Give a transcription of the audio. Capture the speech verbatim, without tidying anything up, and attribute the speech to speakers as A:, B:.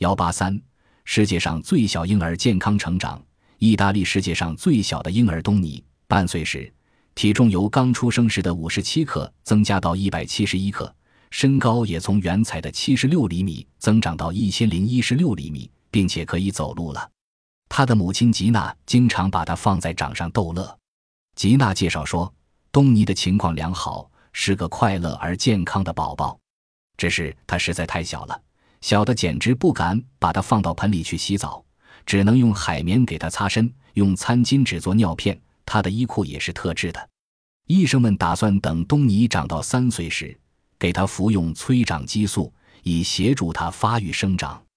A: 一八三，世界上最小婴儿健康成长。意大利世界上最小的婴儿东尼，半岁时，体重由刚出生时的五十七克增加到一百七十一克，身高也从原采的七十六厘米增长到一千零一十六厘米，并且可以走路了。他的母亲吉娜经常把他放在掌上逗乐。吉娜介绍说，东尼的情况良好，是个快乐而健康的宝宝，只是他实在太小了，小的简直不敢把他放到盆里去洗澡，只能用海绵给他擦身，用餐巾纸做尿片，他的衣裤也是特制的。医生们打算等东尼长到三岁时，给他服用催长激素，以协助他发育生长。